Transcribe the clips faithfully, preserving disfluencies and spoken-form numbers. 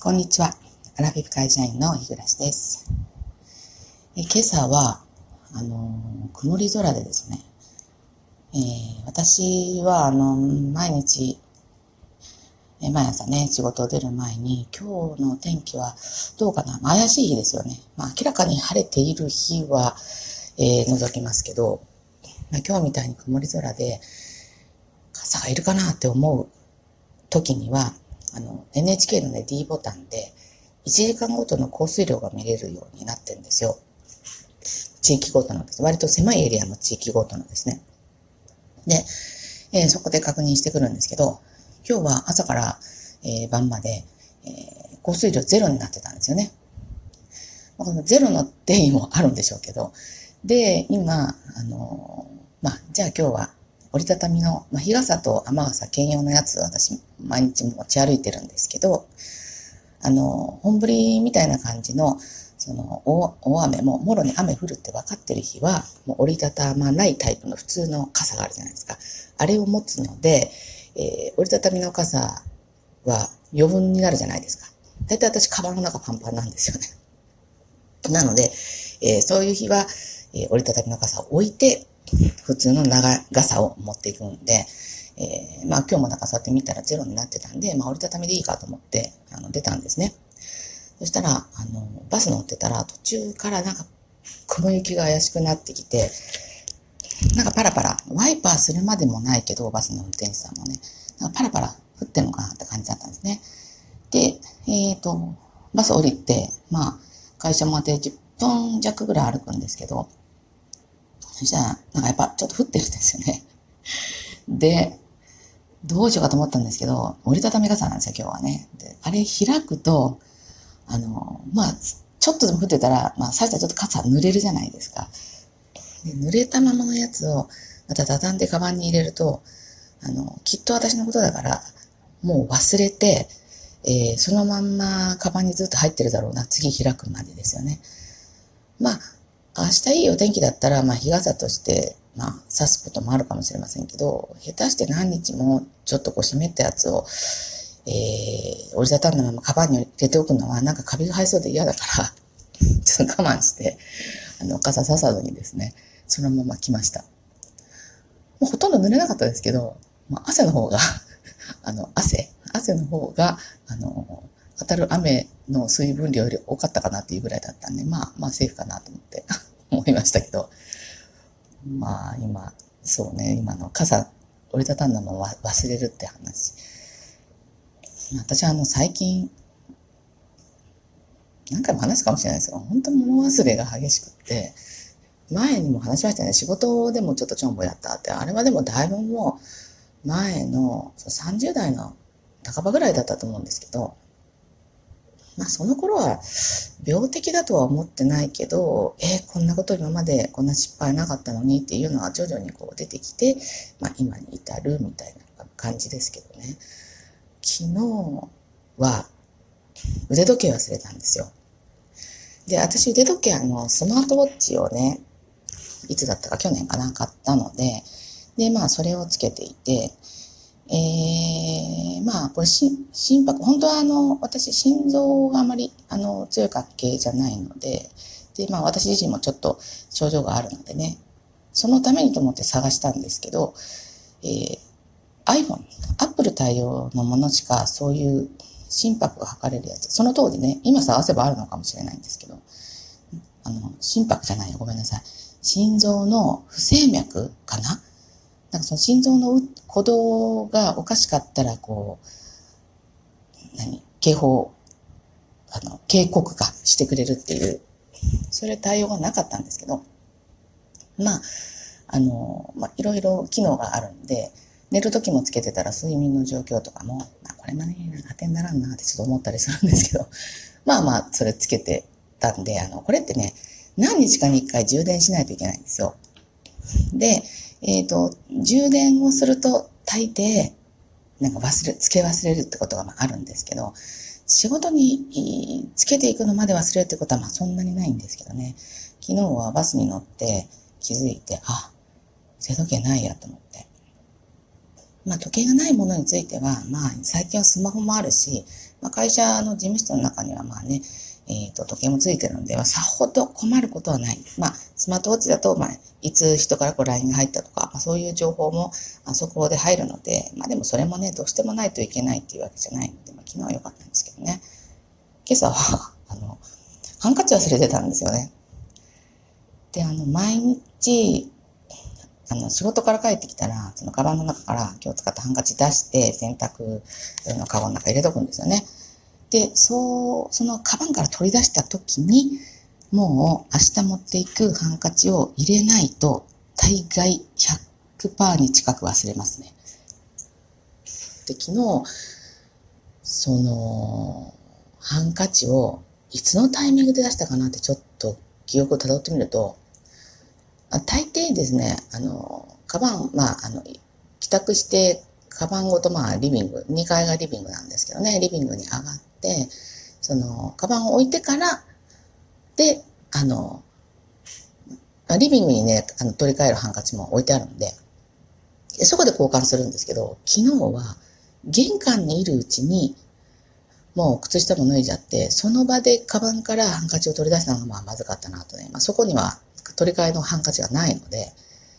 こんにちは。アラフィフ会社員の日暮です。え今朝は、あのー、曇り空でですね、えー、私は、あのー、毎日、えー毎朝ね、仕事を出る前に、今日の天気はどうかな、まあ怪しい日ですよね。まあ、明らかに晴れている日は、えー、除きますけど、まあ、今日みたいに曇り空で、傘がいるかなって思う時には、あの、エヌエイチケー のね、D ボタンで、いちじかんごとの降水量が見れるようになってるんですよ。地域ごとのです。割と狭いエリアの地域ごとのですね。で、えーそこで確認してくるんですけど、今日は朝から、えー晩まで、えー降水量ゼロになってたんですよね。まあこのゼロの定義もあるんでしょうけど、で、今、あのーまあ、じゃあ今日は折りたたみの、まあ、日傘と雨傘兼用のやつ私毎日持ち歩いてるんですけど、あの、本降りみたいな感じの、その大、大雨も、もろに雨降るって分かってる日は、もう折りたたまないタイプの普通の傘があるじゃないですか。あれを持つので、えー折りたたみの傘は余分になるじゃないですか。だいたい私、カバンの中パンパンなんですよね。なので、えーそういう日は、えー折りたたみの傘を置いて、普通の長傘を持っていくんで、えーまあ今日もなんかそうやって見たらゼロになってたんで、まあ折りたたみでいいかと思って、あの、出たんですね。そしたら、あの、バス乗ってたら途中からなんか雲行きが怪しくなってきて、なんかパラパラ、ワイパーするまでもないけど、バスの運転手さんもね、なんかパラパラ降ってんのかなって感じだったんですね。で、えっと、バス降りて、まあ、会社までじゅっぷん弱ぐらい歩くんですけど、そしたら、なんかやっぱちょっと降ってるんですよね。で、どうしようかと思ったんですけど、折りたたみ傘なんですよ、今日はね。で、あれ開くと、あの、まあ、ちょっとでも降ってたら、まあ、最初はちょっと傘濡れるじゃないですか。で、濡れたままのやつを、また畳んでカバンに入れると、あの、きっと私のことだから、もう忘れて、えーそのまんまカバンにずっと入ってるだろうな、次開くまでですよね。まあ、明日いいお天気だったら、まあ、日傘として、まあ、差すこともあるかもしれませんけど、下手して何日もちょっとこう湿ったやつを、えー、折りたたんだままカバンに入れておくのは、なんかカビが生えそうで嫌だから、ちょっと我慢して、あの、傘ささずにですね、そのまま来ました。もうほとんど濡れなかったですけど、まあ、汗の方があの、汗、汗の方が、あの、当たる雨の水分量より多かったかなっていうぐらいだったんで、まあ、まあ、セーフかなと思って思いましたけど、まあ、今、そうね、今の傘、折りたたんだまま忘れるって話。私はあの、最近、何回も話すかもしれないですけど、本当に物忘れが激しくって、前にも話しましたね。仕事でもちょっとチョンボやったって。あれはでもだいぶもう前のさんじゅう代の半ばぐらいだったと思うんですけど、まあその頃は病的だとは思ってないけど、えー、こんなこと今までこんな失敗なかったのにっていうのは徐々にこう出てきて、まあ今に至るみたいな感じですけどね。昨日は腕時計忘れたんですよ。で、私腕時計あのスマートウォッチをね、いつだったか去年かな買ったので、で、まあそれをつけていて、えー、まあこれ心心拍、本当はあの、私心臓があまりあの強い関係じゃないので、で、まあ私自身もちょっと症状があるのでね、そのためにと思って探したんですけど、えー、iPhone、Apple 対応のものしかそういう心拍が測れるやつ、その当時ね、今探せばあるのかもしれないんですけど、あの、心拍じゃないよ、ごめんなさい。心臓の不整脈かな、なんかその心臓の鼓動がおかしかったら、こう、何警報、あの、警告がしてくれるっていう、それ対応がなかったんですけど、まあ、あの、まあ、いろいろ機能があるんで、寝る時もつけてたら睡眠の状況とかも、まあ、これもね、当てにならんなってちょっと思ったりするんですけど、まあまあ、それつけてたんで、あの、これってね、何日かに一回充電しないといけないんですよ。で、えっと、充電をすると大抵、なんか忘れ、つけ忘れるってことがまああるんですけど、仕事につけていくのまで忘れるってことはまあそんなにないんですけどね。昨日はバスに乗って気づいて、あ、腕時計ないやと思って。 まあ時計がないものについては、まあ最近はスマホもあるし、まあ会社の事務室の中にはまあね、えっと、時計もついてるのでは、さほど困ることはない。まあ、スマートウォッチだと、まあ、いつ人からこう ライン が入ったとか、まあ、そういう情報も、あそこで入るので、まあでもそれもね、どうしてもないといけないっていうわけじゃないので、まあ昨日は良かったんですけどね。今朝は、あの、ハンカチ忘れてたんですよね。で、あの、毎日、あの、仕事から帰ってきたら、そのカバンの中から今日使ったハンカチ出して、洗濯のカゴの中入れとくんですよね。で、そう、そのカバンから取り出した時に、もう明日持っていくハンカチを入れないと、大概ひゃくパーセントに近く忘れますね。で、昨日、その、ハンカチをいつのタイミングで出したかなってちょっと記憶を辿ってみると、大抵ですね、あの、カバン、まあ、あの、帰宅して、カバンごとまあ、リビング、にかいがリビングなんですけどね、リビングに上がって、その、カバンを置いてから、で、あの、リビングにね、あの取り替えるハンカチも置いてあるんで、そこで交換するんですけど、昨日は玄関にいるうちに、もう靴下も脱いじゃって、その場でカバンからハンカチを取り出したのがまあまずかったなとね。まあそこには取り替えのハンカチがないので、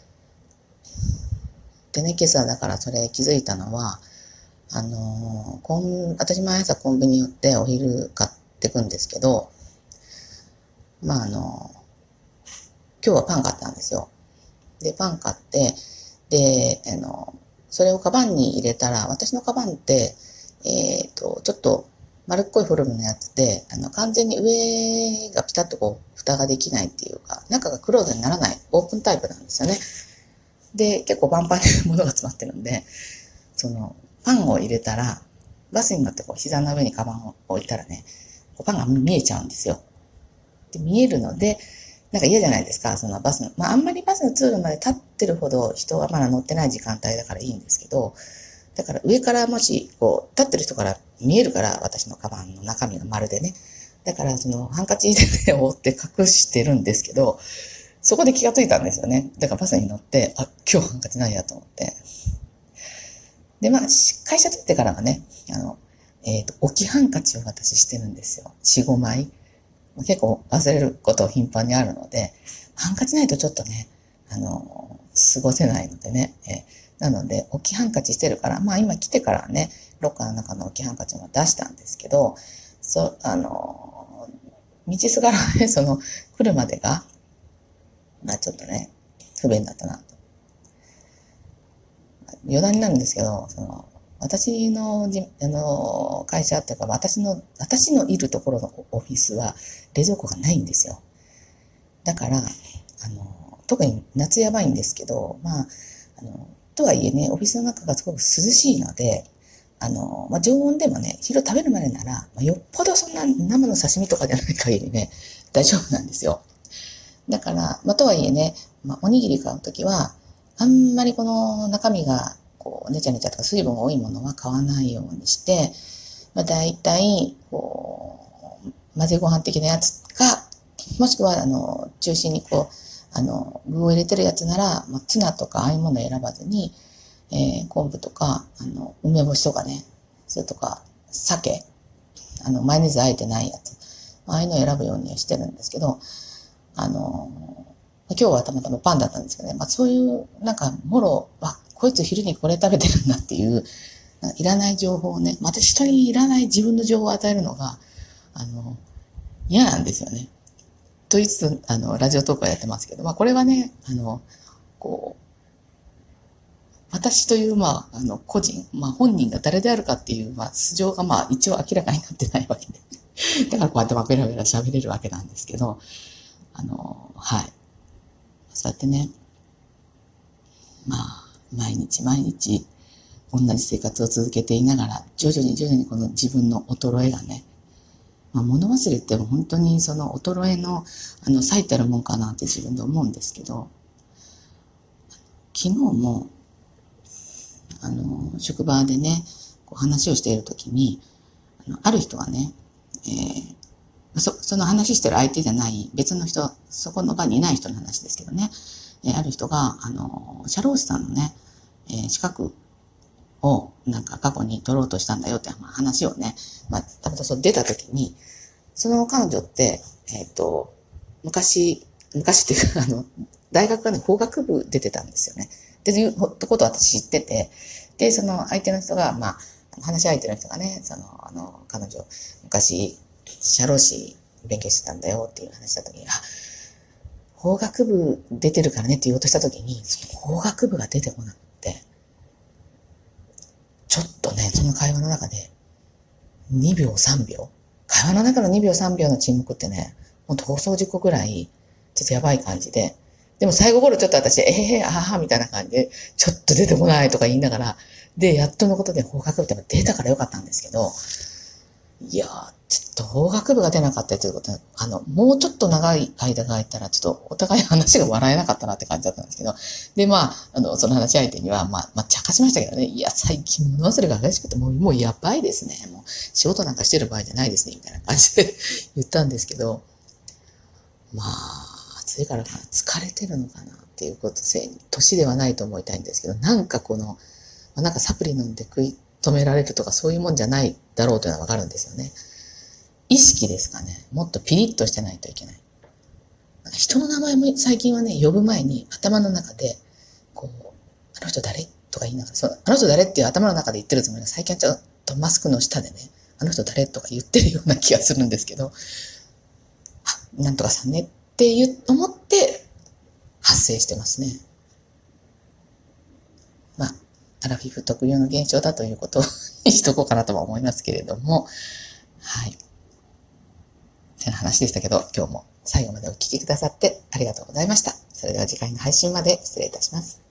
でね、今朝だからそれ気づいたのは、あのー、コン、私毎朝コンビニ寄ってお昼買ってくんですけど、まああのー、今日はパン買ったんですよ。で、パン買って、で、あの、それをカバンに入れたら、私のカバンって、えっと、ちょっと丸っこいフォルムのやつで、あの、完全に上がピタッとこう、蓋ができないっていうか、中がクローズにならないオープンタイプなんですよね。で、結構パンパンに物が詰まってるんで、その、パンを入れたら、バスに乗ってこう、膝の上にカバンを置いたらね、こうパンが見えちゃうんですよ。で、見えるので、なんか嫌じゃないですか、そのバスの。まあ、あんまりバスの通路まで立ってるほど人がまだ乗ってない時間帯だからいいんですけど、だから上からもし、こう、立ってる人から見えるから、私のカバンの中身がまるでね。だから、その、ハンカチで覆って隠してるんですけど、そこで気がついたんですよね。だからバスに乗って、あ、今日ハンカチないやと思って。で、まあ、会社出てからはね、あの、えっと、置きハンカチを私してるんですよ。よん、ごまい。結構忘れること頻繁にあるので、ハンカチないとちょっとね、あの、過ごせないのでね。えなので、置きハンカチしてるから、まあ今来てからね、ロッカーの中の置きハンカチも出したんですけど、そ、あの、道すがらね、その、来るまでが、まあちょっとね、不便だったなと。余談になるんですけど、その、私のじ、あの、会社っていうか、私の、私のいるところのオフィスは、冷蔵庫がないんですよ。だから、あの、特に夏やばいんですけど、まあ、あの、とはいえね、オフィスの中がすごく涼しいので、あの、まあ、常温でもね、昼食べるまでなら、まあ、よっぽどそんな生の刺身とかじゃない限りね、大丈夫なんですよ。だから、まあ、とはいえね、まあ、おにぎり買うときは、あんまりこの中身が、こう、ねちゃねちゃとか水分が多いものは買わないようにして、まあ、大体、こう、混ぜご飯的なやつか、もしくは、あの、中心にこう、あの、具を入れてるやつなら、まあ、ツナとかああいうものを選ばずに、えー、昆布とか、あの、梅干しとかね、それとか、鮭、あの、マヨネーズあえてないやつ、ああいうのを選ぶようにしてるんですけど、あの、今日はたまたまパンだったんですけどね、まあそういう、なんか、もろ、あ、こいつ昼にこれ食べてるんだっていう、いらない情報をね、また人にいらない自分の情報を与えるのが、あの、嫌なんですよね。と言いつつ、あの、ラジオトークはやってますけど、まあこれはね、あの、こう、私という、まあ、あの、個人、まあ本人が誰であるかっていう、まあ素性がまあ一応明らかになってないわけで。だからこうやってまあベラベラ喋れるわけなんですけど、あの、はい。そうやってね、まあ、毎日毎日、同じ生活を続けていながら、徐々に徐々にこの自分の衰えがね、まあ、物忘れって本当にその衰えの、あの、最たるもんかなって自分で思うんですけど、昨日も、あの、職場でね、こう話をしているときに、あの、ある人がね、えー、そ、その話してる相手じゃない別の人、そこの場にいない人の話ですけどね、えー、ある人が、あの、社労士さんのね、えー、資格をなんか過去に取ろうとしたんだよって話をね、まあ、たまたまそう出た時に、その彼女って、えっと、昔、昔っていうか、あの、大学がね、法学部出てたんですよね。で、いうことを私知ってて、で、その相手の人が、まあ、話し相手の人がね、その、あの、彼女、昔、社労士勉強してたんだよっていう話した時に、あ、法学部出てるからねって言おうとした時に、その法学部が出てこなくて、ちょっとね、その会話の中で、にびょうさんびょう会話の中のにびょうさんびょうの沈黙ってね、ほんと放送事故ぐらい、ちょっとやばい感じで、でも最後頃ちょっと私、えへへ、あはは、みたいな感じで、ちょっと出てこないとか言いながら、で、やっとのことで法学部って出たからよかったんですけど、いやー、ちょっと法学部が出なかったということは、あの、もうちょっと長い間が空いたら、ちょっとお互い話が笑えなかったなって感じだったんですけど、で、まあ、あの、その話し相手には、まあ、まあ、茶化しましたけどね、いや、最近物忘れが激しくて、もう、もうやばいですね。もう、仕事なんかしてる場合じゃないですね、みたいな感じで言ったんですけど、まあ、暑いからかな、疲れてるのかなっていうことせいに、年ではないと思いたいんですけど、なんかこの、まあ、なんかサプリ飲んで食い止められるとかそういうもんじゃないだろうというのはわかるんですよね。意識ですかね。もっとピリッとしてないといけない。なんか人の名前も最近はね、呼ぶ前に頭の中で、こう、あの人誰とか言いながら、そう、あの人誰っていう頭の中で言ってるつもりが最近はちょっとマスクの下でね、あの人誰とか言ってるような気がするんですけど、あ、なんとかさんねって言う思って発生してますね。まあ、アラフィフ特有の現象だということにしとこうかなとは思いますけれども、はい。ってな話でしたけど、今日も最後までお聞きくださってありがとうございました。それでは次回の配信まで失礼いたします。